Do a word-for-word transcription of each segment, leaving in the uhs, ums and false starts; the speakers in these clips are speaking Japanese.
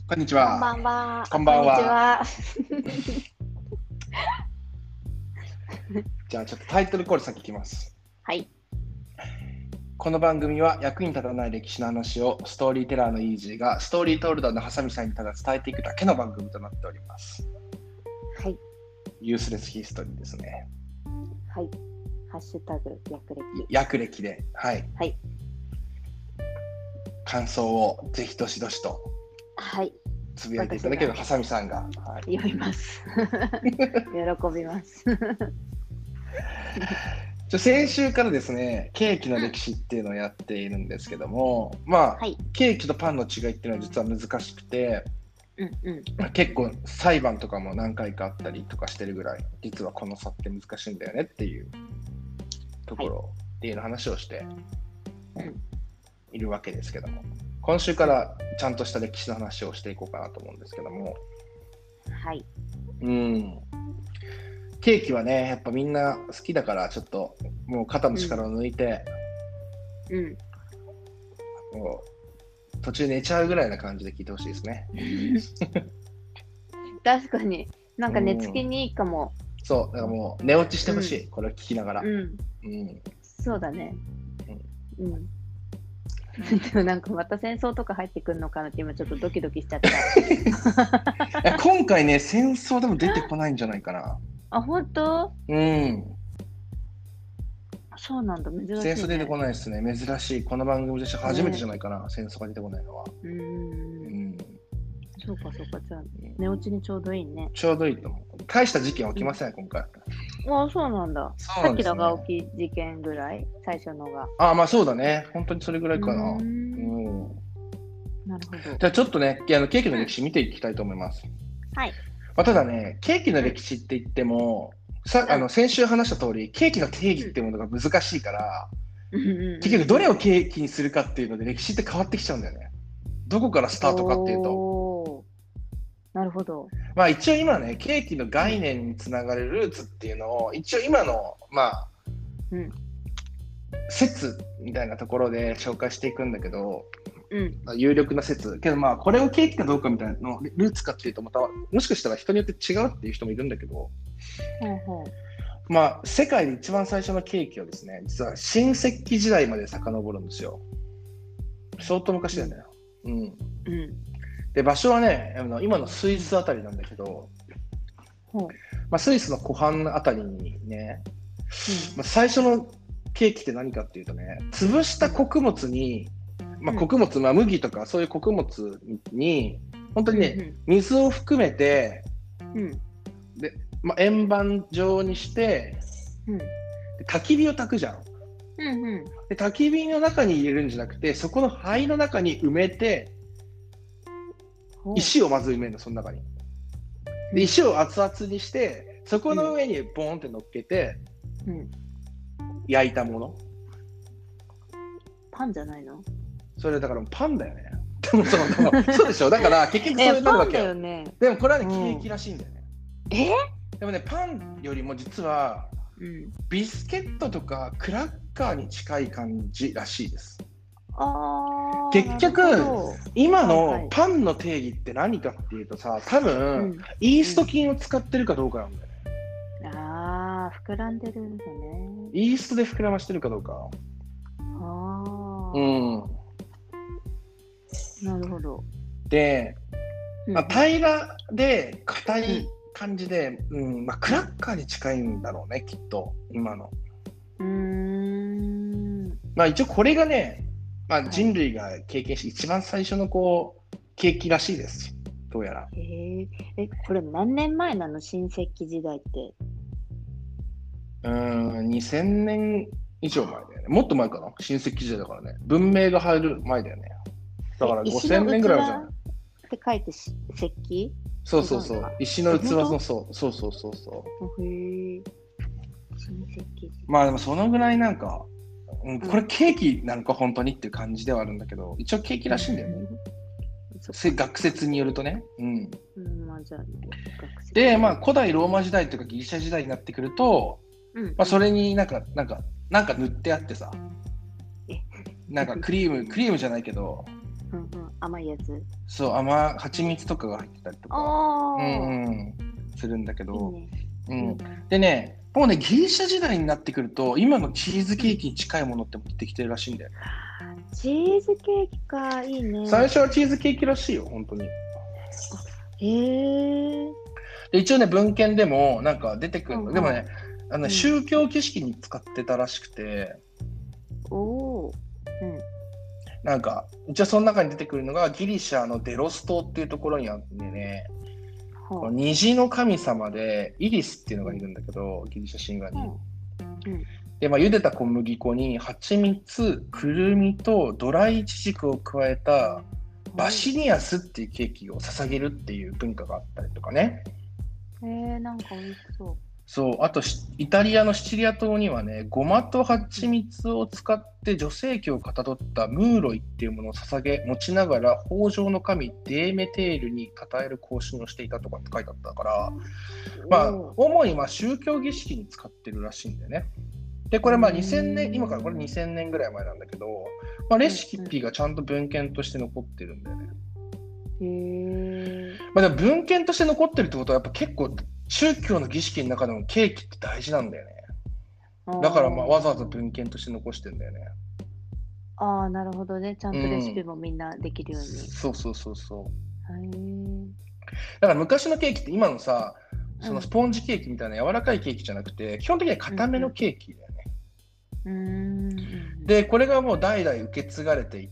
こんにちは。 こんばんは。 こんばんは。 こんにちは。 じゃあちょっとタイトルコール先いきます。 はい。 この番組は役に立たない歴史の話をストーリーテラーのイージーがストーリートールダーのハサミさんにただ伝えていくだけの番組となっております。 はい。 ユースレスヒストリーですね。 はい。ハッシュタグ略歴。 略歴で、はい。 はい。 感想をぜひどしどしとはい。 つぶやいていただけるハサミさんが、 はい、読みます。喜びます。 じゃ先週からですね、ケーキの歴史っていうのをやっているんですけども、まあ、はい、ケーキとパンの違いっていうのは実は難しくて、 うんうんまあ、結構裁判とかも何回かあったりとかしてるぐらい、実はこの差って難しいんだよねっていうところっていうの話をしているわけですけども、今週からちゃんとした歴史の話をしていこうかなと思うんですけども、 はい。 うん。ケーキはね、やっぱみんな好きだから、ちょっともう肩の力を抜いて、 うん。 もう途中寝ちゃうぐらいな感じで聞いてほしいですね。 確かに、なんか寝つきにいいかも。 うん、そう、だからもう寝落ちしてほしい、うん、これを聞きながら。 うん。うん、そうだね。うん。うんでもなんかまた戦争とか入ってくるのかなって今ちょっとドキドキしちゃった今回ね戦争でも出てこないんじゃないかな。 あ、本当？ うん。 そうなんだ、珍しい、ね、 戦争出てこないですね。珍しい。この番組で初めてじゃないかな、ね、戦争が出てこないのは。 うーん。うんそうかそうか、じゃあ寝落ちにちょうどいいね。 ちょうどいいと思う。大した事件起きません、うん、今回。 ああ、そうなんだ。さっきのが起き事件ぐらい、最初のが。 ああ、まあそうだね。本当にそれぐらいかな。うんうん、 なるほど。 じゃあちょっとね、あのケーキの歴史見ていきたいと思います。 はい。 まあ、ただね、ケーキの歴史って言っても、うん、さあの先週話した通り、ケーキの定義っていうものが難しいから、うん、結局どれをケーキにするかっていうので歴史って変わってきちゃうんだよね。どこからスタートかっていうと。 なるほど。 まあ一応今ね、ケーキの概念につながるルーツっていうのを、一応今の、まあ、うん、説みたいなところで紹介していくんだけど、うん、有力な説。けどまあ、これをケーキかどうかみたいなのルーツかっていうと、また、もしかしたら人によって違うっていう人もいるんだけど、うんうん、まあ、世界で一番最初のケーキはですね、実は新石器時代まで遡るんですよ。相当昔だよね。うん。うんで場所はね、今のスイスあたりなんだけど、うんまあ、スイスの湖畔あたりにね、うんまあ、最初のケーキって何かっていうとね、潰した穀物に、まあ、穀物、まあ、麦とかそういう穀物に本当にね、うんうん、水を含めて、うん、で、まあ、円盤状にして、うん、で焚き火を焚くじゃん、うんうん、で焚き火の中に入れるんじゃなくて、そこの灰の中に埋めて石をまず埋めるの、その中に。で石を熱々にして、そこの上にボーンって乗っけて、うん、焼いたもの。 パンじゃないの？ それだからパンだよね。でもそうそうでしょ。だから結局そうなるわけよ。よね、でもこれはね、ケーキらしいんだよね。 うん、えでもね、パンよりも実は、うん、ビスケットとかクラッカーに近い感じらしいです。 あ結局今のパンの定義って何かっていうとさ、多分、うん、イースト菌を使ってるかどうかなんだよね。 うん、ああ、膨らんでるんだね。 イーストで膨らましてるかどうか。 ああ。 うん。 なるほど。 で、まあ、平らで硬い感じで、うんうんまあ、クラッカーに近いんだろうね、きっと今の。 うーん。 まあ一応これがね。まあ、人類が経験し、はい、一番最初のこうケーキらしいです。どうやら。 へえ、これ何年前なの？新石器時代って。 うーん、にせんねん以上前だよね。もっと前かな。新石器時代だからね。文明が入る前だよね。だからごせんねんぐらいじゃない。 って書いて石器？ そうそうそう。石の器のそう。そうそうそうそう。 へえ。新石器時代。 まあでもそのぐらいなんか。うん、これケーキなのか本当にっていう感じではあるんだけど、一応ケーキらしいんだよね。うん、学説によるとね。うんうんまあ、じゃあ学説で、まあ古代ローマ時代とかギリシャ時代になってくると、うんまあ、それになんかなんかなんか塗ってあってさ、なんかクリームクリームじゃないけど、 うんうん、甘いやつ。 そう、甘蜂蜜とかが入ってたりとか、うんうん、するんだけど、いいね、うん、でね、もうね、ギリシャ時代になってくると、今のチーズケーキに近いものって出てきてるらしいんだよね。 チーズケーキか、いいね。 最初はチーズケーキらしいよ、本当に。へえ。 で一応ね、文献でもなんか出てくるの、うん、でもね、あの、うん、宗教儀式に使ってたらしくて、 おー、うん、 なんか一応その中に出てくるのがギリシャのデロス島っていうところにあってね、この虹の神様でイリスっていうのがいるんだけど、ギリシャ神話に、うんうん、で、まあ、茹でた小麦粉に蜂蜜、くるみとドライイチジクを加えたバシニアスっていうケーキを捧げるっていう文化があったりとかね。 へえー、なんか美味しそう。 そう、あとイタリアのシチリア島にはね、ごまと蜂蜜を使って女性器をかたどったムーロイっていうものを捧げ持ちながら豊穣の神デーメテールに称える行進をしていたとかって書いてあったから、まあ主にまあ宗教儀式に使ってるらしいんだよね。でこれまあにせんねん、今からこれにせんねんぐらい前なんだけど、まあ、レシピがちゃんと文献として残ってるんだよね。 へー、 まあ、でも文献として残ってるってことはやっぱ結構宗教の儀式の中でもケーキって大事なんだよね。だからまあわざわざ文献として残してるんだよね。 ああ、なるほどね。ちゃんとレシピもみんなできるように。うん、 そうそうそうそう。 へー、 だから昔のケーキって今のさ、そのスポンジケーキみたいな柔らかいケーキじゃなくて、基本的には固めのケーキだよね。 うんうん、 でこれがもう代々受け継がれていって、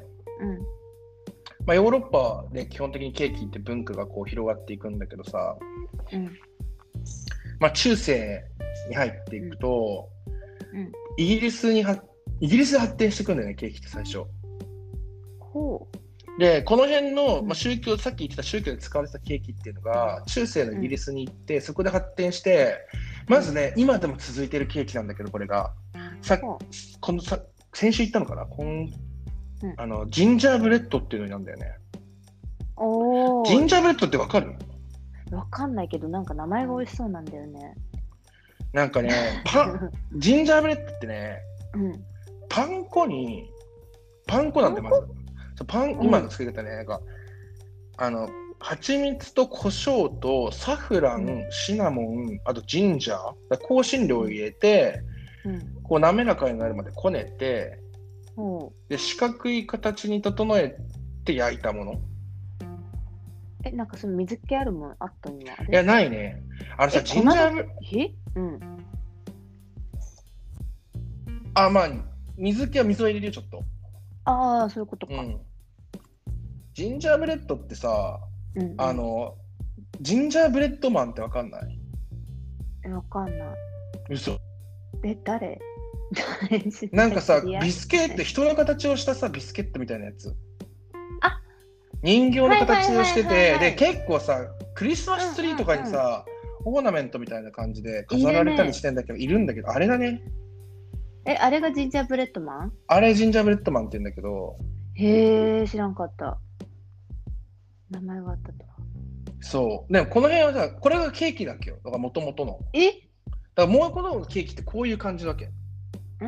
うん、 まあ、ヨーロッパで基本的にケーキって文化がこう広がっていくんだけどさ、うん、まあ、中世に入っていくと、うんうん、イギリスにはイギリスで発展していくんだよね、ケーキって最初。 ほうでこの辺の、まあ、宗教、さっき言ってた宗教で使われてたケーキっていうのが中世のイギリスに行って、うん、そこで発展して、まずね、今でも続いてるケーキなんだけど、これがさこのさ先週言ったのかな、こんあのジンジャーブレッドっていうのになんだよね。 おー、 ジンジャーブレッドってわかる？ わかんないけど、なんか名前が美味しそうなんだよね。 なんかね、パンジンジャーブレッドってね、うん、パン粉にパン粉なんでまずパン、今の作り方ね、なんかあの蜂蜜と胡椒とサフラン、うん、シナモン、あとジンジャー、香辛料を入れて、うん、こう滑らかになるまでこねて、うん、で四角い形に整えて焼いたもの。 え、なんかその水気あるもんあったにはあれ？ いや、ないね。あれさ、ジンジャーブえうん。 あ、まあ、水気は水を入れるよ、ちょっと。 ああ、そういうことか。うん、 ジンジャーブレッドってさ、うんうん、あの、ジンジャーブレッドマンってわかんない？ え、わかんない。 嘘。 え、誰？ なんかさ、ビスケット、人の形をしたさ、ビスケットみたいなやつ。 あ、 人形の形をしてて、で結構さクリスマスツリーとかにさ、うんうんうん、オーナメントみたいな感じで飾られたりしてんだけど、いるんだけど、あれだね。 え、あれがジンジャーブレッドマン？ あれジンジャーブレッドマンって言うんだけど。 へえ、知らんかった。名前があったと。 そう。でもこの辺はさ、これがケーキだっけよ。だから元々の。 え？ だからもう一個のケーキってこういう感じだっけ。 うん、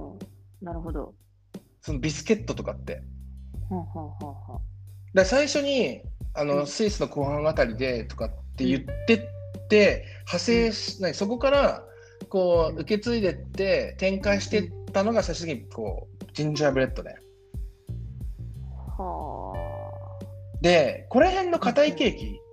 うん、なるほど。 そのビスケットとかって。 ほうほうほうほう。 だ最初にあの、うん、スイスの後半あたりでとかって言ってって、うん、派生しない、そこからこう受け継いでって展開していったのが最終的にこうジンジャーブレッドね。 はあ。 でこれ辺の硬いケーキって、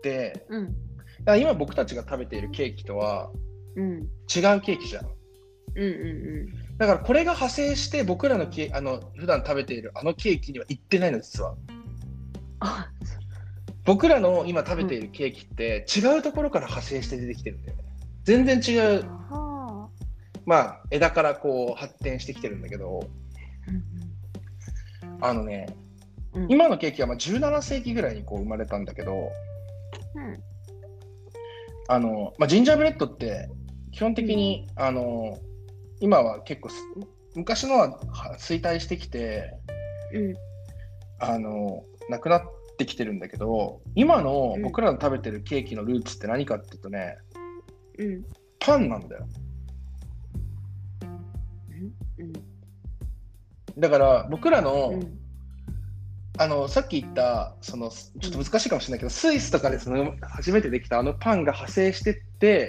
うん、だから今僕たちが食べているケーキとは違うケーキじゃん。 うんうんうん、 だからこれが派生して僕らのケあの普段食べているあのケーキには行ってないの実は。 あ、 僕らの今食べているケーキって違うところから派生して出てきてるんだよね。全然違う、はあ、まあ枝からこう発展してきてるんだけど、うんうん、あのね、うん、今のケーキはまあじゅうななせいきぐらいにこう生まれたんだけど、うん、あのまあ、ジンジャーブレッドって基本的に、うん、あの今は結構昔のは衰退してきて、うん、あのなくなってきてるんだけど、今の僕らの食べてるケーキのルーツって何かっていうとね、うん、パンなんだよ、うんうん、だから僕らのあのさっき言ったそのちょっと難しいかもしれないけど、うん、スイスとかでその初めてできたあのパンが派生してって、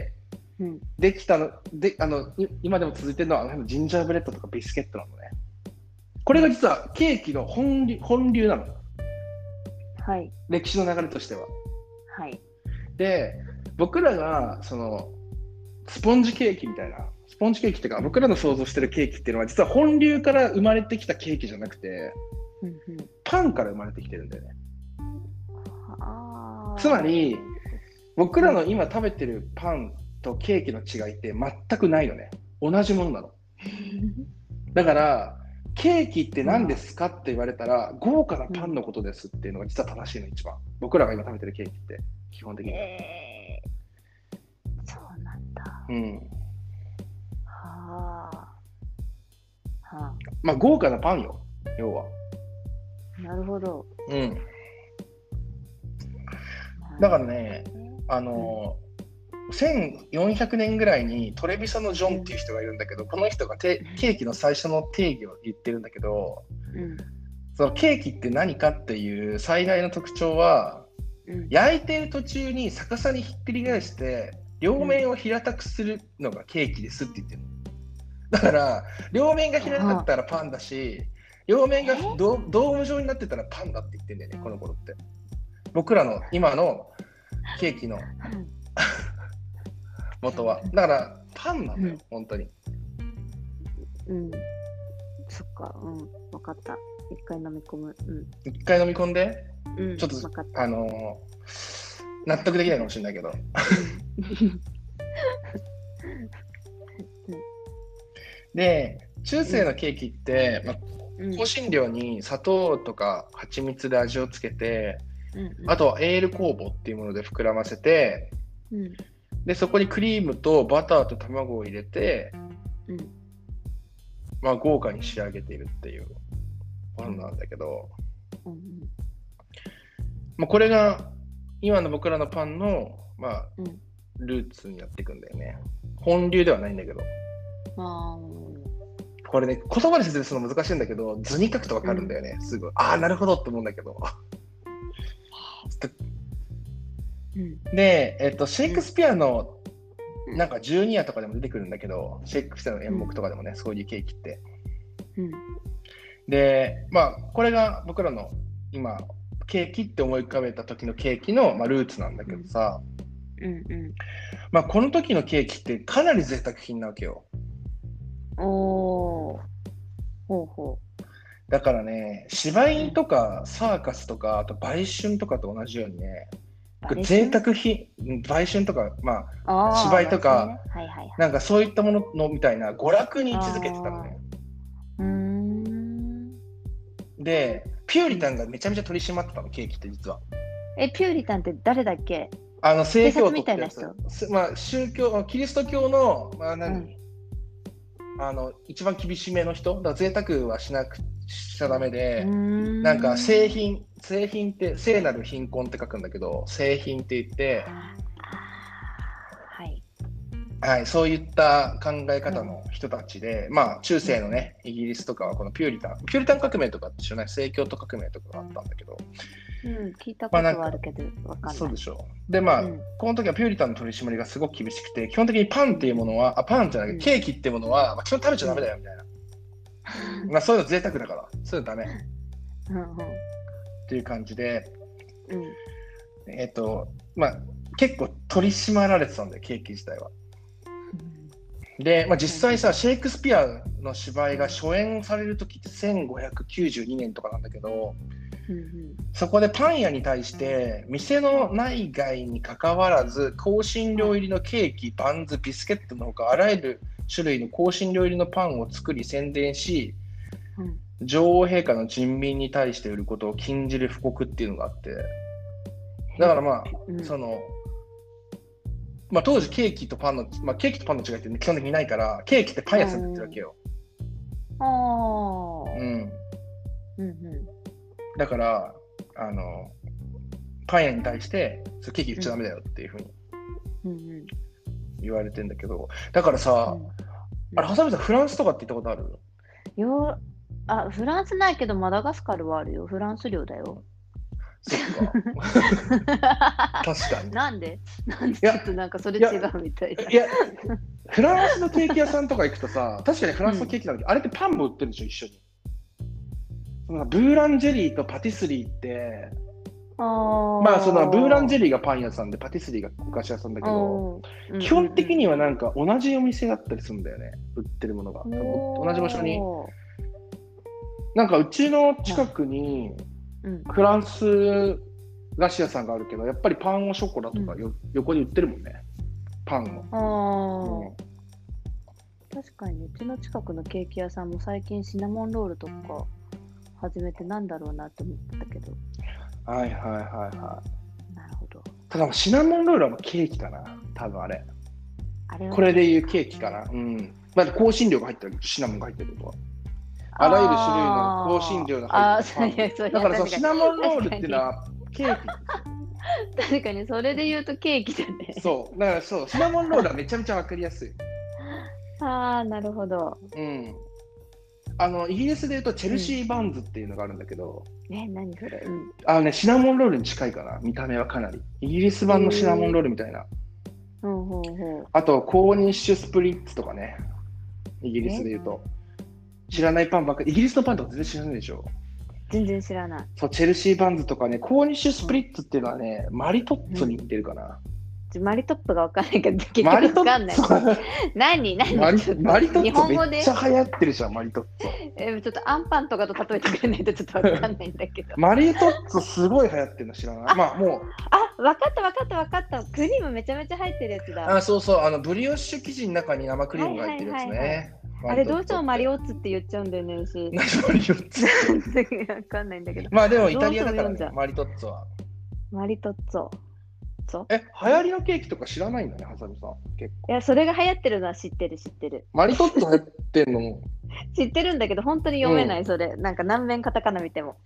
うん、できたので、あの今でも続いてるのはあのジンジャーブレッドとかビスケットなのね。これが実はケーキの本流、本流なの。 はい。 歴史の流れとしては。 はい。 で、僕らがそのスポンジケーキみたいな、スポンジケーキっていうか、僕らの想像してるケーキっていうのは実は本流から生まれてきたケーキじゃなくて、うんうん、パンから生まれてきてるんだよね。あ、つまり僕らの今食べてるパンとケーキの違いって全くないのね。同じものなの。だからケーキって何ですかって言われたら、豪華なパンのことですっていうのが実は正しいの、一番。僕らが今食べてるケーキって基本的に、えー、そうなんだ。 うん。 はあ。はあ。 まあ豪華なパンよ、要は。 なるほど。 うん。だからね、あの、うん、せんよんひゃくねんぐらいにトレビソのジョンっていう人がいるんだけど、この人がケーキの最初の定義を言ってるんだけど、うん、そのケーキって何かっていう最大の特徴は、うん、焼いてる途中に逆さにひっくり返して両面を平たくするのがケーキですって言ってるの。だから両面が平たかったらパンだし、両面がドーム状になってたらパンだって言ってんだよね、この頃って。僕らの今のケーキの元は。だからパンなんだよ、うん、本当に。 うん。そっか、うん、分かった。一回飲み込む。うん。 一回飲み込んで、 うん、 ちょっとあのー、納得できないかもしれないけど。で、中世のケーキって、まあ香辛料に砂糖とか蜂蜜で味をつけて、うんうん、あとはエール酵母っていうもので膨らませて、うん、でそこにクリームとバターと卵を入れて、うん、まあ豪華に仕上げているっていうパンなんだけど、うんうん、まあ、これが今の僕らのパンの、まあうん、ルーツになっていくんだよね。本流ではないんだけど。あこれね、言葉で説明するの難しいんだけど、図に書くと分かるんだよね、うん、すぐ。ああ、なるほどって思うんだけど。うん、で、えっと、シェイクスピアのなんかじゅうに夜とかでも出てくるんだけど、シェイクスピアの演目とかでもね、うん、そういうケーキって。うん、で、まあ、これが僕らの今、ケーキって思い浮かべた時のケーキの、まあ、ルーツなんだけどさ、うんうんうん、まあ、この時のケーキってかなり贅沢品なわけよ。 おー、ほうほう。 だからね、芝居とかサーカスとか、あと売春とかと同じようにね、贅沢品、売春とか、まあ、芝居とか、ね、はいはいはい、なんかそういったもののみたいな娯楽に位置づけてたのね。うーんで、ピューリタンがめちゃめちゃ取り締まってたの、ケーキって実は。 え、ピューリタンって誰だっけ？ あの、正教徒みたいな人。 まあ、宗教、キリスト教の、まあ何、うんあの一番厳しめの人だから贅沢はしなくしちゃダメで、んなんか聖品聖品って聖なる貧困って書くんだけど、聖品って言って、はい、はい、そういった考え方の人たちで、うん、まあ中世のねイギリスとかはこのピューリタンピューリタン革命とかって知らない？聖教徒革命とかがあったんだけど、 うん、聞いたことはあるけど、まあ、わかんない。 そうでしょう。で、まあ、うん、この時はピューリタンの取り締まりがすごく厳しくて、基本的にパンっていうものは、あ、パンじゃない、ケーキっていうものは、まあ、基本食べちゃダメだよみたいな。うん、まあ、そういうの贅沢だから、そういうのダメ。うんうん、っていう感じで、うん、えっと、まあ、結構取り締まられてたんだよ、ケーキ自体は。で、まあ、実際さ、シェイクスピアの芝居が初演される時ってせんごひゃくきゅうじゅうにねんとかなんだけど、うんうん、そこでパン屋に対して店の内外にかかわらず香辛料入りのケーキ、バンズ、ビスケットのほかあらゆる種類の香辛料入りのパンを作り宣伝し、うん、女王陛下の人民に対して売ることを禁じる布告っていうのがあって、だからまあ、うん、そのまあ当時ケーキとパンの、まあ、ケーキとパンの違いって基本的にないからケーキってパン屋さんで売ってるわけよ。ああ、うん、うんうんだからあのパン屋に対してそケーキ売っちゃダメだよっていうふうに言われてんだけど、だからさ、うん、あれハサミさんフランスとかって行ったことある？ ヨあ、フランスないけどマダガスカルはあるよ。フランス領だよ。 そっか。確かに。 なんでなんでちょっとなんかそれ違うみたいな。 いや、フランスのケーキ屋さんとか行くとさ、確かにフランスのケーキなんだけど、うん、あれってパンも売ってるでしょ、一緒に。ブーランジェリーとパティスリーって、あまあそのブーランジェリーがパン屋さんでパティスリーがお菓子屋さんだけど、基本的にはなんか同じお店だったりするんだよね、売ってるものが。同じ場所に。なんかうちの近くにフランス菓子屋さんがあるけど、やっぱりパンオショコラとかよ、うん、横に売ってるもんね、パンを。 あ、うん、確かにうちの近くのケーキ屋さんも最近シナモンロールとか始めてなんだろうなと思ってたけど。 はいはいはいはい。 なるほど。 ただシナモンロールはケーキかな、多分あれ。あれはこれでいうケーキかな。うん。まだ香辛料が入ってる、シナモンが入ってるとか。あらゆる種類の香辛料が入ってる。だからそうシナモンロールっていうのはケーキですよ。 確かにそれで言うとケーキだね。 そう。だからそうシナモンロールはめちゃめちゃわかりやすい。 ああ、なるほど。 うん。あのイギリスでいうとチェルシーバンズっていうのがあるんだけど、 うん、え、何それ、うん、 あのね、シナモンロールに近いかな、見た目はかなりイギリス版のシナモンロールみたいな、 えー、ほうほうほう。 あとコーニッシュスプリッツとかね、イギリスでいうと知らないパンばっかり。イギリスのパンとか全然知らないでしょ。 全然知らない。 そう、チェルシーバンズとかね、コーニッシュスプリッツっていうのはね、うん、マリトッツォに似てるかな、 うん、マリトップがわかんないけど結局わかんない。何何マリマリトッツォめっちゃ流行ってるじゃん、マリトッツォ。 え、ちょっとアンパンとかと例えてくれないとちょっとわかんないんだけど。 マリトッツォすごい流行ってるの知らない？まあもう。 あ、わかったわかったわかった。クリームめちゃめちゃ入ってるやつだ。 あ、そうそう、あのブリオッシュ生地の中に生クリームが入ってるやつね。はいはいはいはい、 あれどうしてもマリオッツって言っちゃうんだよね、私。 何マリオッツわかんないんだけど。 まあでもイタリアだからね、マリトッツォは。 マリトッツォ。 え、流行りのケーキとか知らないんだね、はさみさん。結構。 いや、それが流行ってるのは知ってる、知ってる。 マリトッツォ流行ってんの知ってるんだけど、本当に読めない、うん、それ。なんか何面カタカナ見ても。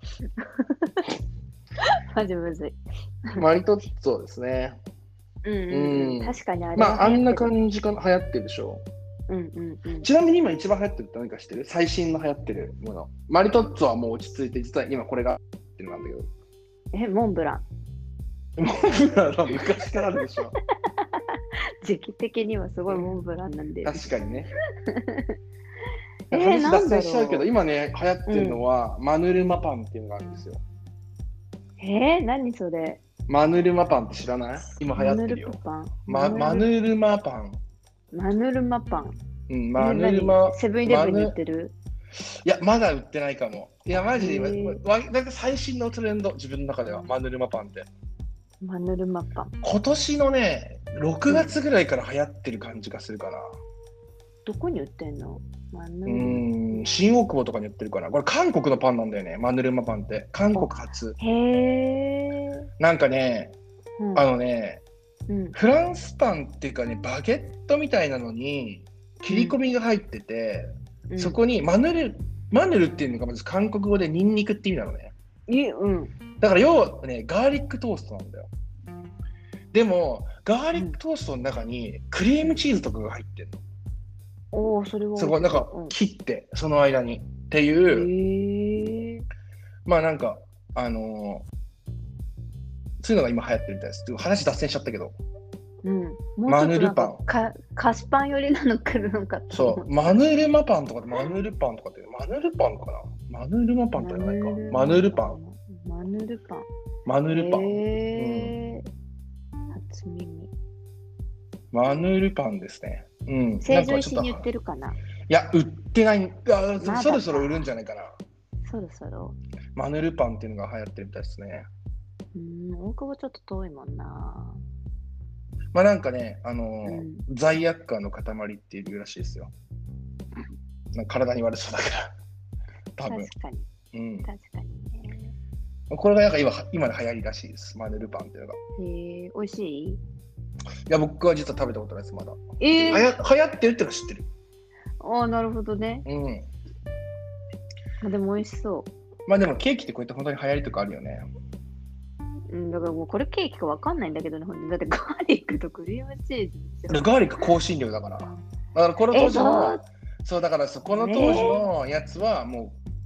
マジむずい。 マリトッツォですね。 うんうんうん。確かにあれ。 まあ、あんな感じかな、流行ってるでしょ。 うんうんうん、 ちなみに今一番流行ってるって何か知ってる？最新の流行ってるもの。マリトッツォはもう落ち着いて、実は今これがってるなんだけど。 え、モンブラン。 モンブランは昔からあるでしょ。 時期的にはすごいモンブランなんで。 確かにね。 えー、 話脱線しちゃうけど、今ね、流行ってるのは、うん、マヌルマパンっていうのがあるんですよ。 えー、何それ？ マヌルマパンって知らない？今流行ってるよ。マヌルマ、マヌルマパン。 マヌルマパン。 うん、マヌルマ。 セブンイレブンに売ってる？ いや、まだ売ってないかも。いや、マジで今、なんか最新のトレンド、自分の中では、マヌルマパンって。 マヌルマパン。 今年のね、ろくがつぐらいから流行ってる感じがするかな。 どこに売ってんの？マヌルうん、新大久保とかに売ってるから。これ韓国のパンなんだよね、マヌルマパンって。韓国発。 へー。 なんかね、うん、あのね、うん、フランスパンっていうかね、バゲットみたいなのに切り込みが入ってて、うん、そこにマヌル、マヌルっていうのがまず韓国語でニンニクって意味なのね。 うん、 だから要はね、ガーリックトーストなんだよ。でも、ガーリックトーストの中にクリームチーズとかが入ってるの。 おー、それは。 そこなんか切って、うん、その間にっていう、まあなんか、あのー、そういうのが今流行ってるみたいです。話脱線しちゃったけど。 うん、マヌルパン。か菓子パン寄りなのかなんか。 そう、マヌルマパンとかでマヌルパンとかって、マヌルパンかな？マヌルマパンってないか。マヌルパン。 マヌルパン。 マヌルパン。 へー、うん、初耳。 マヌルパンですね。うん。 成城石井に売ってるかな？ いや、売ってない。あ、ま、そろそろ売るんじゃないかな。 そろそろ。 マヌルパンっていうのが流行ってるみたいですね。 うん、大久保ちょっと遠いもんな。 まあなんかね、あのーうん、罪悪感の塊っていうらしいですよ。なんか体に悪そうだから。多分。 確かに。うん、確かにね。 これがなんか今、今の流行りらしいです。マヌルパンっていうのが。 へえ、美味しい？いや、僕は実は食べたことないです、まだ。 えー、 はや流行ってるってのは知ってる。 ああ、なるほどね。 うん。 あ、でも美味しそう。 まあでもケーキってこうやって本当に流行りとかあるよね。 うん、だからもうこれケーキかわかんないんだけどね、だってガーリックとクリームチーズでガーリック香辛料だから。だからこの当時の、そうだからそこの当時のやつはも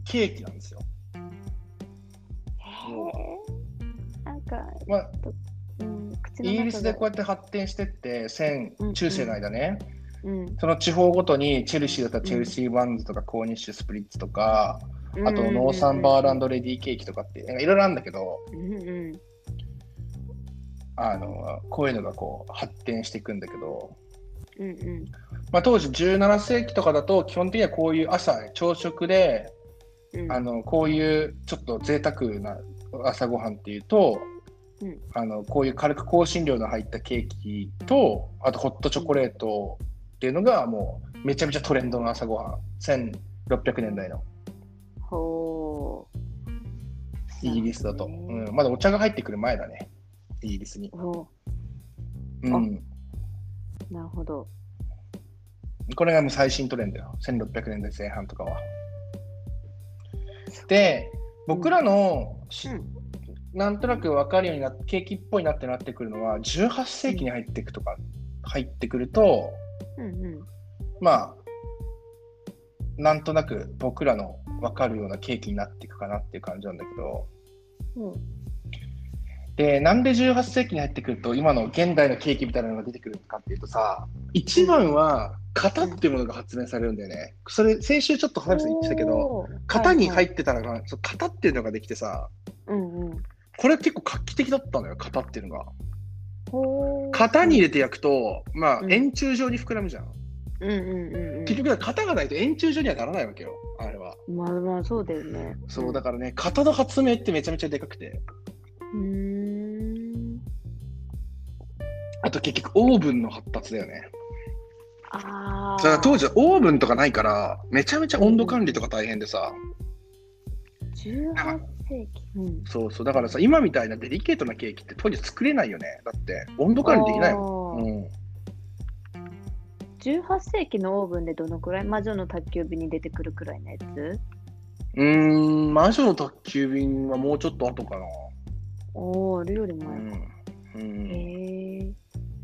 ケーキなんですよ。 へえ。なんか、 まあうん、口の中イギリスでこうやって発展してって戦中世の間ね、 うんうん、 その地方ごとにチェルシーだったらチェルシーバンズとかコーニッシュスプリッツとか、うん、あとノーサンバーランドレディーケーキとかっていろいろあるんだけど、うんうん、あのこういうのがこう発展していくんだけど、うんうんまあ、当時じゅうなな世紀とかだと基本的にはこういう朝朝食で、うん、あのこういうちょっと贅沢な朝ごはんっていうと、うん、あのこういう軽く香辛料の入ったケーキとあとホットチョコレートっていうのがもうめちゃめちゃトレンドの朝ごはんせんろっぴゃくねんだいのほうイギリスだと、うん、まだお茶が入ってくる前だねイギリスに、 うん、なるほどこれがもう最新トレンドよせんろっぴゃくねんだいぜん半とかはで僕らの、うんうんなんとなく分かるようになってケーキっぽいなってなってくるのはじゅうはっ世紀に入っていくとか、うん、入ってくると、うんうん、まあなんとなく僕らの分かるようなケーキになっていくかなっていう感じなんだけど、うん、でなんでじゅうはっ世紀に入ってくると今の現代のケーキみたいなのが出てくるかっていうとさ一番は型っていうものが発明されるんだよね、うん、それ先週ちょっと話して言ってたけど型に入ってたのが、はいはい、型っていうのができてさ、うんうんこれ結構画期的だったのよ、型っていうのが。型に入れて焼くと、まあ、うん、円柱状に膨らむじゃん。うんうんうんうん、結局、型がないと円柱状にはならないわけよ、あれは。 まあまあ、そうだよね。 そう、だからね、型の発明ってめちゃめちゃでかくて。うーんあと結局、オーブンの発達だよね。ああ。当時はオーブンとかないから、めちゃめちゃ温度管理とか大変でさ。 じゅうはっ世紀、うん、 そうそうだからさ今みたいなデリケートなケーキって当時作れないよねだって温度管理できないもん、うん、 じゅうはっ世紀のオーブンでどのくらい魔女の宅急便に出てくるくらいのやつうーん魔女の宅急便はもうちょっと後かなおーあれより前か、 うんうん、へー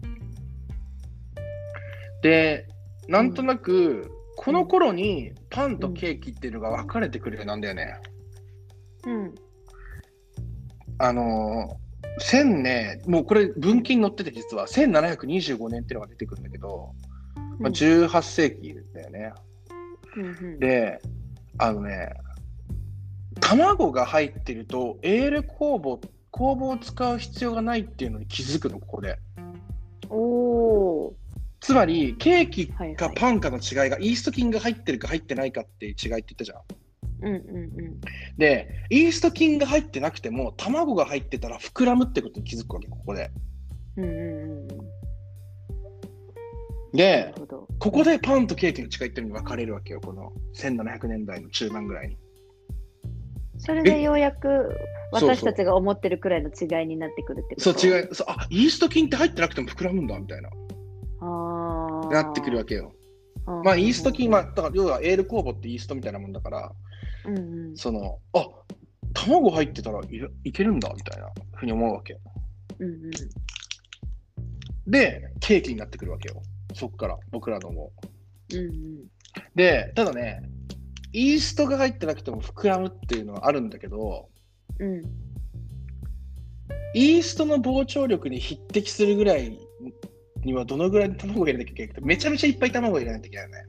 でなんとなく、うん、この頃にパンとケーキっていうのが分かれてくるようなんだよね、うん、あのー、千ね、もうこれ分岐に載ってて実はせんななひゃくにじゅうごねんっていうのが出てくるんだけど、うんまあ、じゅうはっ世紀だよね、うんうん、で、あのね卵が入ってるとエール酵母酵母を使う必要がないっていうのに気づくのここでおーつまりケーキかパンかの違いがイースト菌が入ってるか入ってないかっていう違いって言ったじゃんうんうんうん、でイースト菌が入ってなくても卵が入ってたら膨らむってことに気づくわけここで、うんうんうん、でここでパンとケーキの違いっていうのに分かれるわけよこのせんななひゃくねんだいの中盤ぐらいにそれでようやく私たちが思ってるくらいの違いになってくるってことそう違いそうあイースト菌って入ってなくても膨らむんだみたいなあなってくるわけよあまあイースト菌はだから要はエール酵母ってイーストみたいなもんだからうんうん、そのあ卵入ってたら い, いけるんだみたいなふうに思うわけ、うんうん、でケーキになってくるわけよそっから僕らのも、うんうん、でただねイーストが入ってなくても膨らむっていうのはあるんだけど、うん、イーストの膨張力に匹敵するぐらいにはどのぐらいの卵を入れなきゃいけないかめちゃめちゃいっぱい卵を入れないといけないよね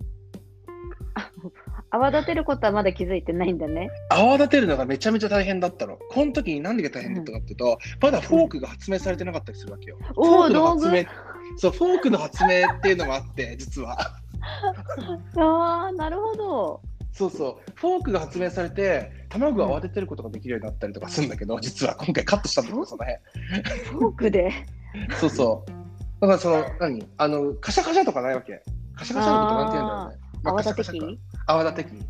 泡立てることはまだ気づいてないんだね。 泡立てるのがめちゃめちゃ大変だったの。この時に何が大変だったかっていうと、うん、まだフォークが発明されてなかったりするわけよ。うん、フォークの発明、そう、フォークの発明っていうのもあって、実は。 ああ、なるほど。 そうそう、フォークが発明されて、卵を泡立てることができるようになったりとかするんだけど、うん、実は今回カットしたんだけど、その辺。 フォークでそうそう。だからその、何あの、カシャカシャとかないわけ。カシャカシャのことなんて言うんだろうね。 まあ、泡立て器泡立て器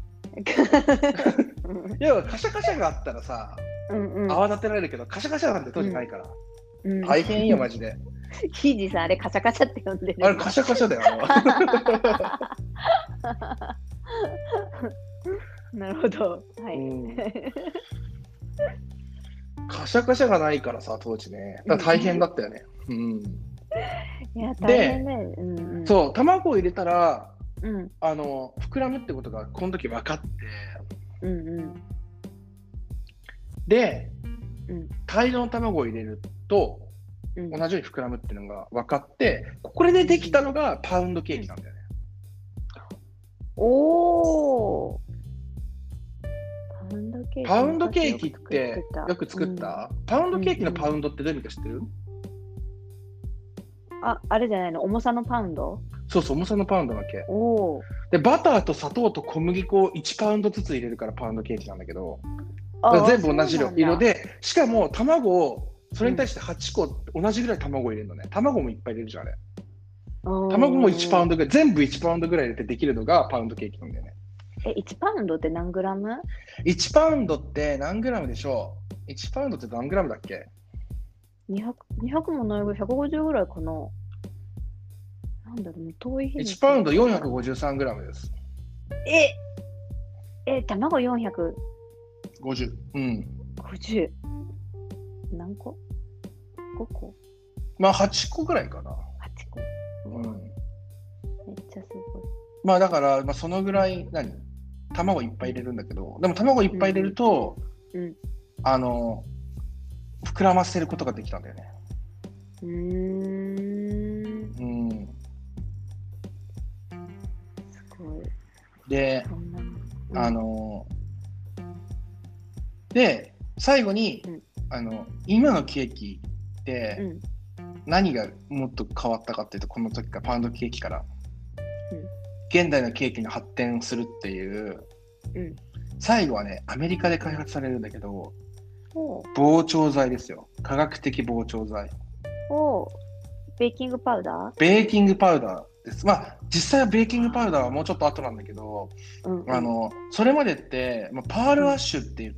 要はカシャカシャがあったらさ、うんうん、泡立てられるけどカシャカシャなんて当時ないから、うん、大変よマジでキージさんあれカシャカシャって呼んでるあれカシャカシャだよなるほど、はい、 うん、カシャカシャがないからさ当時ねだから大変だったよね、うん、 いや大変ね、うんうん、 そう卵を入れたらうん、あの膨らむってことがこの時分かって、 うんうん、 で、 うん、 大量の卵を入れると、 うん、 同じように膨らむっていうのが分かって、これでできたのがパウンドケーキなんだよね。 うん、おー。パウンドケーキパウンドケーキってよく作った、うん、パウンドケーキのパウンドってどういう意味か知ってる？うんうん、 あ、あれじゃないの？重さのパウンド？ そうそう、重さのパウンドだけ。 おで、バターと砂糖と小麦粉をいちパウンドずつ入れるからパウンドケーキなんだけど、だ全部同じ色で、しかも卵をそれに対してはちこ同じぐらい卵を入れるのね。卵もいっぱい入れるじゃん、あれ。卵もいちパウンドぐらい、全部いちパウンドぐらい入れてできるのがパウンドケーキなんだよね。 え、いちパウンドって何グラム？ いち パウンドって何グラムでしょう？ いち パウンドって何グラムだっけ？ にひゃく, にひゃくもないぐらい、ひゃくごじゅうぐらいかな。なんだろう、遠い日に。 いちパウンドよんひゃくごじゅうさんグラムです。 ええ、卵よんひゃくごじゅう。うん。 ごじゅう。何個？ ご 個？ まあはちこぐらいかな。はちこ。 うん。めっちゃすごい。 まあだから、まあ、そのぐらい、何卵いっぱい入れるんだけど、でも卵いっぱい入れると、うんうん、あの、膨らませることができたんだよね。うーん。うん。すごい。で、うん、あの、で、最後に、うん、あの、今のケーキって、うん、何がもっと変わったかっていうと、この時からパウンドケーキから、うん、現代のケーキに発展するっていう、うん、最後はね、アメリカで開発されるんだけど、膨張剤ですよ。化学的膨張剤。 おベーキングパウダー？ ベーキングパウダーです。まあ、実際はベーキングパウダーはもうちょっと後なんだけど、うんうん、あのそれまでって、まあ、パールアッシュって言って、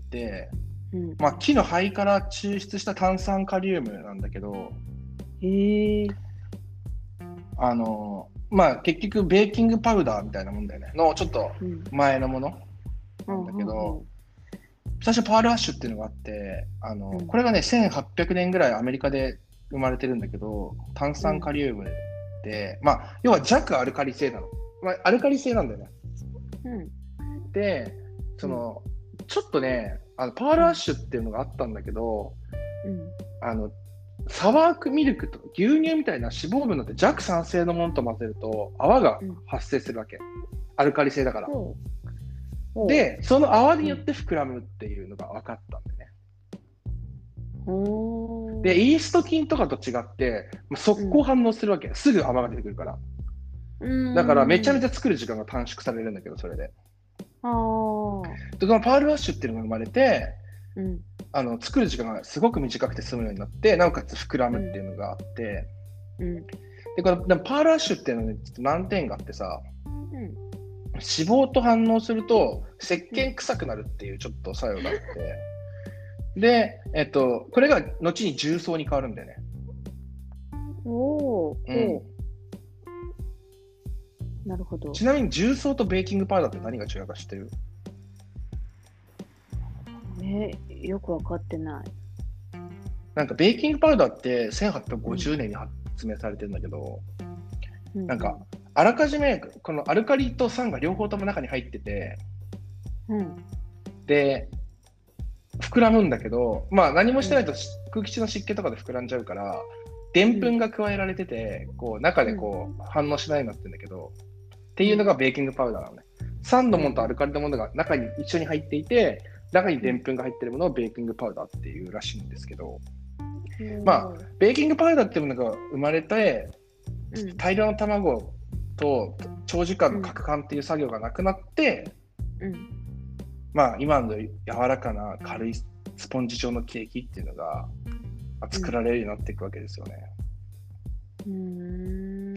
うんまあ、木の灰から抽出した炭酸カリウムなんだけど、へー。あのまあ、結局ベーキングパウダーみたいなもんだよね。のちょっと前のものなんだけど、うんうんうん、最初パールアッシュっていうのがあって、あの、うん、これがねせんはっぴゃくねんぐらいアメリカで生まれてるんだけど、炭酸カリウムで、うん、まあ要は弱アルカリ性なの、まあ、アルカリ性なんだよね、うん、でその、うん、ちょっとねあのパールアッシュっていうのがあったんだけど、うん、あのサワーミルクと牛乳みたいな脂肪分のって弱酸性のものと混ぜると泡が発生するわけ、うん、アルカリ性だから、うん、でその泡によって膨らむっていうのが分かったんだよね、うん、でイースト菌とかと違って速攻反応するわけ、うん、すぐ泡が出てくるから、うん、だからめちゃめちゃ作る時間が短縮されるんだけど、それであでこのパールアッシュっていうのが生まれて、うん、あの作る時間がすごく短くて済むようになって、なおかつ膨らむっていうのがあって、うん、でこのでもパールアッシュっていうのにちょっと難点があってさ、うん、脂肪と反応すると石鹸臭くなるっていうちょっと作用があって、うん、で、えっと、これが後に重曹に変わるんだよね。おー、うん、なるほど。ちなみに重曹とベーキングパウダーって何が違うか知ってる？ えー、よく分かってない。 なんかベーキングパウダーってせんはっぴゃくごじゅうねんに発明されてるんだけど、うん、なんかあらかじめこのアルカリと酸が両方とも中に入ってて、うん、で膨らむんだけど、まあ何もしてないと空気中の湿気とかで膨らんじゃうからでんぷんが加えられてて、こう中でこう反応しないようになってるんだけど、っていうのがベーキングパウダーなのね。酸のものとアルカリのものが中に一緒に入っていて、中にでんぷんが入っているものをベーキングパウダーっていうらしいんですけど、まあベーキングパウダーっていうものが生まれて、大量の卵と長時間の攪拌っていう作業がなくなって、うん、まあ今の柔らかな軽いスポンジ状のケーキっていうのが作られるようになっていくわけですよね。うーん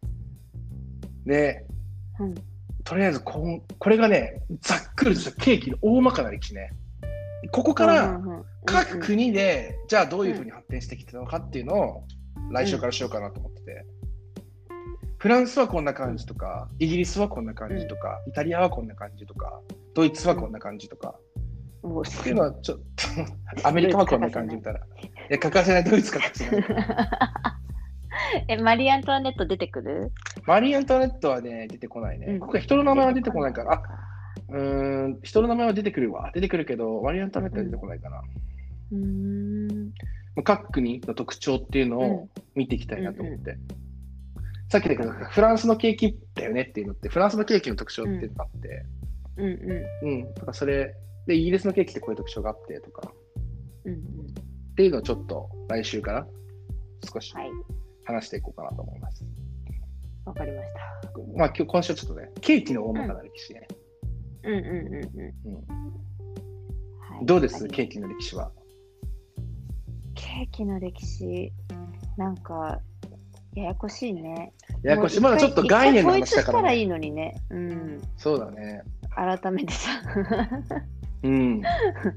で、うん、とりあえず こ, これがね、ざっくりとしたケーキの大まかな歴史ね。ここから各国でじゃあどういうふうに発展してきてたのかっていうのを来週からしようかなと思ってて、うん、フランスはこんな感じとか、イギリスはこんな感じとか、イタリアはこんな感じとか、ドイツはこんな感じとか、うん、っていうのはちょっとアメリカはこんな感じみたいな。いや、欠かせない、ドイツ欠かせないえ、マリー・アントワネット出てくる？ マリー・アントワネットはね、出てこないね。うん、僕は人の名前は出てこないから、あ、 うーん、人の名前は出てくるわ。出てくるけど、ワリアントメットは出てこないかな。 うーん。 各国の特徴っていうのを見ていきたいなと思って。うんうん、さっきだけど、フランスのケーキだよねっていうのって、フランスのケーキの特徴っていうのがあって、うんうん。うん。だからそれ、で、イギリスのケーキってこういう特徴があってとか、うんうん、っていうのをちょっと来週から少し話していこうかなと思います。 わ、はい、かりました。 まあ今日、今週はちょっとね、ケーキの大まかな歴史ね。 うんうんうんうん。うんはい、どうです、ケーキの歴史は。 ケーキの歴史、なんか、ややこしいね。 ややこしい。まだちょっと概念の話だから、ね。統一したらいいのにね。うん。 そうだね。 改めてさ。 うん。うん。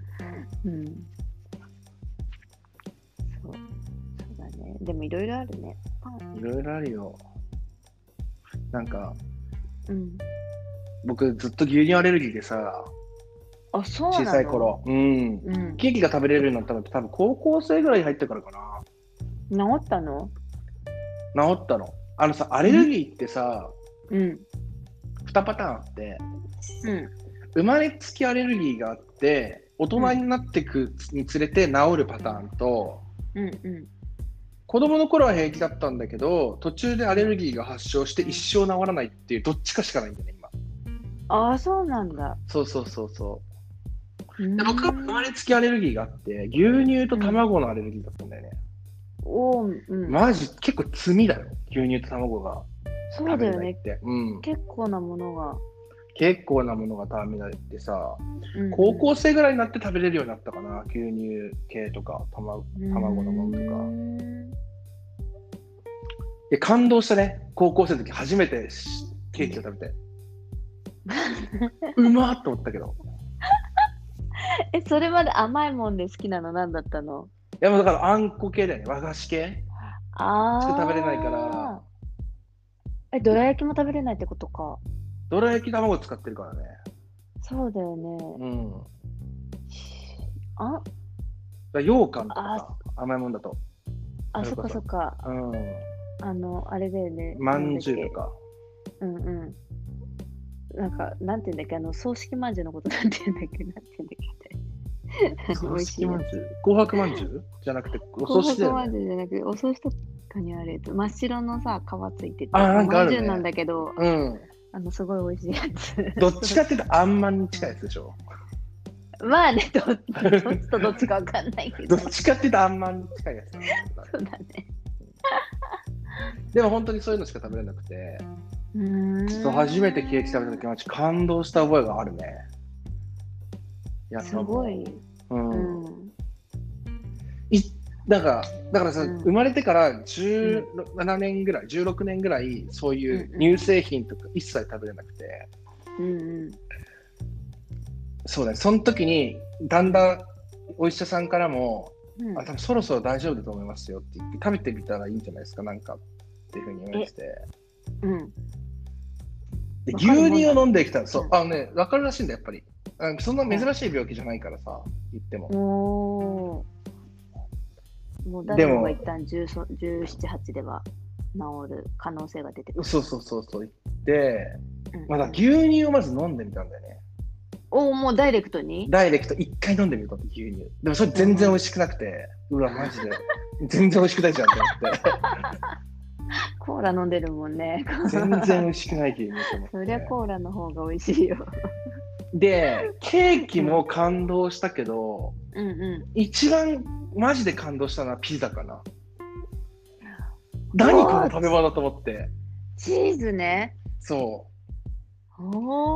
そう。そうだね。でもいろいろあるね。 いろいろあるよ。なんか、 うん。 僕ずっと牛乳アレルギーでさ。 あ、そうなの？ 小さい頃。うん。うん、ケーキが食べれるようになったのって多分高校生ぐらいに入ってからかな。治ったの？ 治ったの。あのさ、アレルギーってさ、 うん。にパターンあって、 うん。 生まれつきアレルギーがあって、大人になっていくにつれて治るパターンと、 うんうん。 子供の頃は平気だったんだけど、途中でアレルギーが発症して一生治らないっていう、どっちかしかないんだよね、今。 ああ、そうなんだ。 そうそうそうそう。で僕は生まれつきアレルギーがあって、牛乳と卵のアレルギーだったんだよね。 おー、うん、 マジ結構罪だよ、牛乳と卵がそうだよね、 うん、 結構なものが結構なものが食べられてさ、うんうん、高校生ぐらいになって食べれるようになったかな、牛乳系とか 卵, 卵のものとか。で感動したね、高校生の時初めてケーキを食べてうまっと思ったけどえ、それまで甘いもんで好きなの何だったの？ いやもうだからあんこ系だよね、和菓子系あしか食べれないから。 え、どら焼きも食べれないってことか。 どら焼き卵使ってるからね。 そうだよね。 うん。 あだ羊羹とかさ、甘いもんだと。 あ、そっかそっか。 うん。 あの、あれだよね。 まんじゅうとか。 うんうん。なんか、なんていうんだっけ、あの、葬式まんじゅうのことなんていうんだっけ、なんていうんだっけ。 葬式まんじゅう紅白まんじゅうじゃなくて、 お葬式だよね。紅白まんじゅうじゃなくて、お葬式とかにある真っ白のさ、皮ついてて。 あ、なんかあるね。 まんじゅうなんだけど、 うん。 あの、すごい美味しいやつ。 どっちかっていうと、あんまんに近いやつでしょ。 まあね、ど, どっちとどっちかわかんないけど。 どっちかっていうと、あんまんに近いやつ。 そうだね。 でも本当にそういうのしか食べれなくて、 うーんちょっと初めてケーキ食べた時は感動した覚えがあるね。 やすごい。 うん。うん、いだからだからさ、うん、生まれてからじゅうななねんぐらい、じゅうろくねんぐらいそういう乳製品とか一切食べれなくて、 うんうん、 そうだね。その時にだんだんお医者さんからも、うん、あ多分そろそろ大丈夫だと思いますよって言って食べてみたらいいんじゃないですかなんかっていうふうに言われてて、うん、で牛乳を飲んできたら、そう、あのね、分かるらしいんだやっぱり。そんな珍しい病気じゃないからさ、言っても。 おもう誰もが一旦じゅうなな、はちでは治る可能性が出てくる。 そうそうそうそう言って、うん、まだ牛乳をまず飲んでみたんだよね。 おもうダイレクトにダイレクト一回飲んでみると牛乳。でもそれ全然美味しくなくて、うん、うわマジで全然美味しくないじゃんって思って。 コーラ飲んでるもんね。 全然美味しくない牛乳と思って。 そりゃコーラの方が美味しいよ。 で、ケーキも感動したけど、うんうん、一番マジで感動したのはピザかな。何この食べ物だと思って。 チーズね。 そう。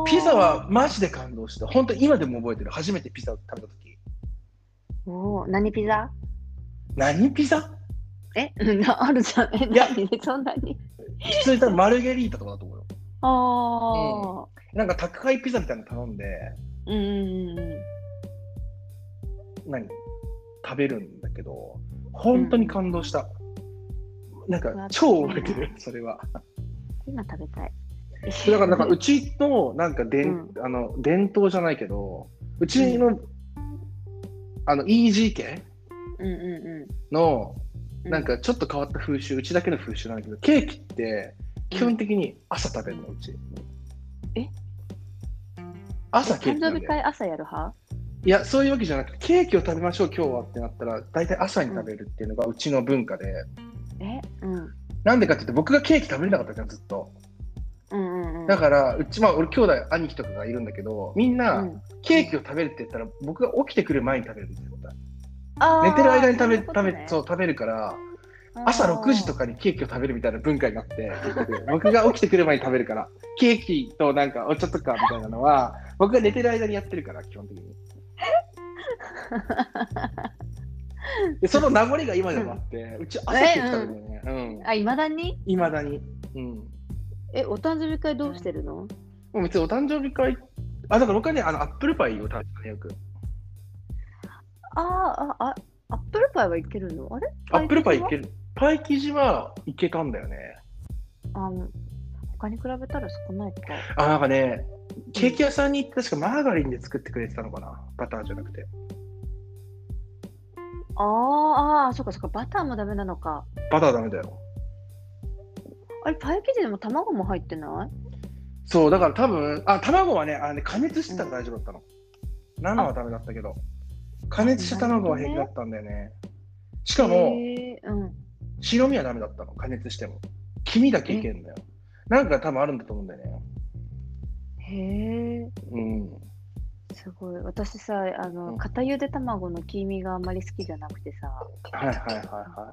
ピザはマジで感動した。本当今でも覚えてる。初めてピザを食べたとき。 お何ピザ？ 何ピザ？ えあるじゃん。えいやそんなに。 普通に多分マルゲリータとかだと思うよ。 ああ、 うん。なんか宅配ピザみたいなの頼んで、 うんうんうん、 何食べるんだけど、本当に感動した。うん、なんか超覚えてる、それは。 今食べたい。 だからなんかうちのなんかでん、うん、あの伝統じゃないけど、うちの、うん、あの イージー 家のなんかちょっと変わった風習、うちだけの風習なんだけど、ケーキって基本的に朝食べるの、うち。 え朝ケーキなんだよ。 誕生日会朝やる派？ いや、そういうわけじゃなくて、ケーキを食べましょう今日はってなったら、大体朝に食べるっていうのがうちの文化で。 え、うん。 なんでかって言って、僕がケーキ食べれなかったじゃん、ずっと。 うんうんうん、 だから、うち、まあ、俺、兄弟、兄貴とかがいるんだけど、みんな、ケーキを食べるって言ったら、僕が起きてくる前に食べるんですよ。寝てる間に食べ、食べ、そう、食べるから、朝ろくじとかにケーキを食べるみたいな文化になって、僕が起きてくる前に食べるから、ケーキとなんかお茶とかみたいなのは、僕が寝てる間にやってるから、基本的に。でその名残が今でもあって、うん、うち朝ケーキ食べるよね。うんうん、 あ、いまだにいまだに。うん。 え、お誕生日会どうしてるの？ もう別にお誕生日会、あ、だから僕はね、あのアップルパイを食べてたね、よく。 ああ、あ、アップルパイはいけるの？あれ？ アップルパイいける。パイ生地はいけたんだよね。 あの、他に比べたら少ないか。 あ、なんかね、ケーキ屋さんに行って確かマーガリンで作ってくれてたのかな、バターじゃなくて。 あーあー、そっかそっか、バターもダメなのか。 バターダメだよ。 あれ、パイ生地でも卵も入ってない？ そう、だから多分、あ、卵はね、あね加熱してたら大丈夫だったの。うん、生はダメだったけど、加熱した卵は平気だったんだよね。しかも、うん、白身はダメだったの、加熱しても。黄身だけいけるんだよ。なんか多分あるんだと思うんだよね。 へえ。うん。すごい。私さ、あの、うん、片ゆで卵の黄身があんまり好きじゃなくてさ。 はいはいはいはい。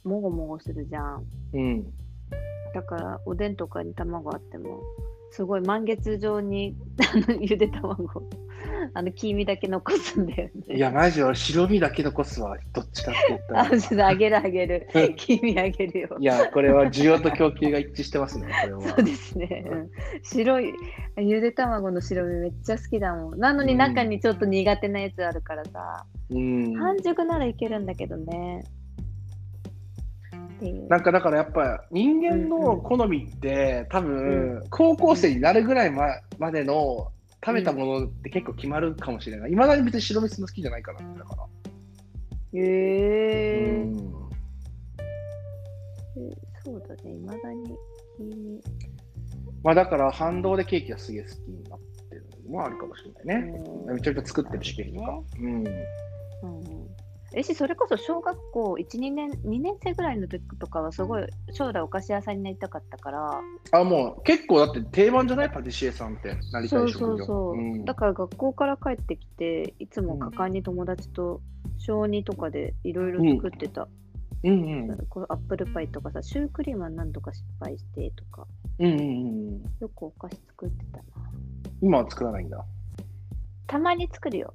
もごもごするじゃん。うん。だから、おでんとかに卵あっても、すごい満月状にあのゆで卵、あの黄身だけ残すんだよね。 いや、マジ俺、白身だけ残すわ。どっちかって言ったら。 あ、ちょっとあげるあげる。黄身あげるよ。 いや、これは需要と供給が一致してますね、これは。 そうですね。うん、白い、ゆで卵の白身めっちゃ好きだもん。なのに中にちょっと苦手なやつあるからさ。うん。半熟ならいけるんだけどね。 なんかだからやっぱ人間の好みって、うん、多分高校生になるぐらい ま, までの食べたものって結構決まるかもしれない。いまだに別に白飯も好きじゃないからだから。へえー、うん。 そうだね、いまだに。 まあだから反動でケーキがすげえ好きになってるのもあるかもしれないね。めちゃめちゃ作ってるし、ケーキとか。うん。うんえし、それこそ小学校いち、にねん、にねん生ぐらいの時とかはすごい将来お菓子屋さんになりたかったから。 あ、もう結構だって定番じゃない？パティシエさんってなりたい職業。 そうそうそう、うん、だから学校から帰ってきていつも果敢に友達と小にとかでいろいろ作ってた。うんうんうん、これアップルパイとかさ、シュークリームは何とか失敗してとか、うんうんうん、よくお菓子作ってたな。 今は作らないんだ。 たまに作るよ。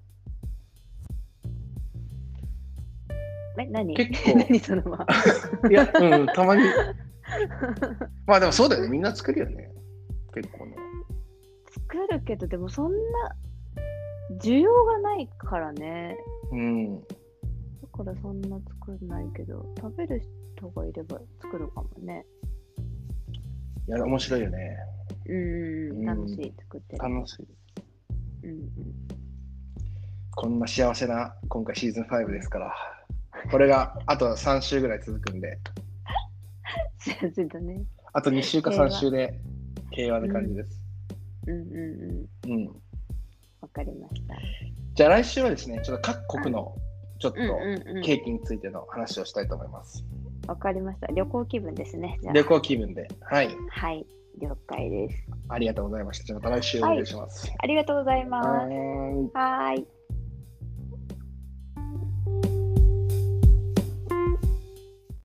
え、何？ 結構何そのまいや、うん、たまにまあでもそうだよね、みんな作るよね、結構ね。 作るけど、でもそんな需要がないからね。うん。だからそんな作んないけど、食べる人がいれば作るかもね。 いや、面白いよね。 うん、楽しい、作ってる。 楽しい。うんうん。こんな幸せな今回シーズンファイブですから。これがあとさん週ぐらい続くんで。 幸せだね。 あとに週かさん週で平和な感じです。 うん、うんうんうん。うん。わかりました。 じゃあ来週はですね、ちょっと各国のちょっとケーキについての話をしたいと思います。 わかりました。旅行気分ですね。 じゃあ旅行気分で。はい。 はい。了解です。 ありがとうございました。じゃあまた来週お願いします。 はい、ありがとうございます。はい。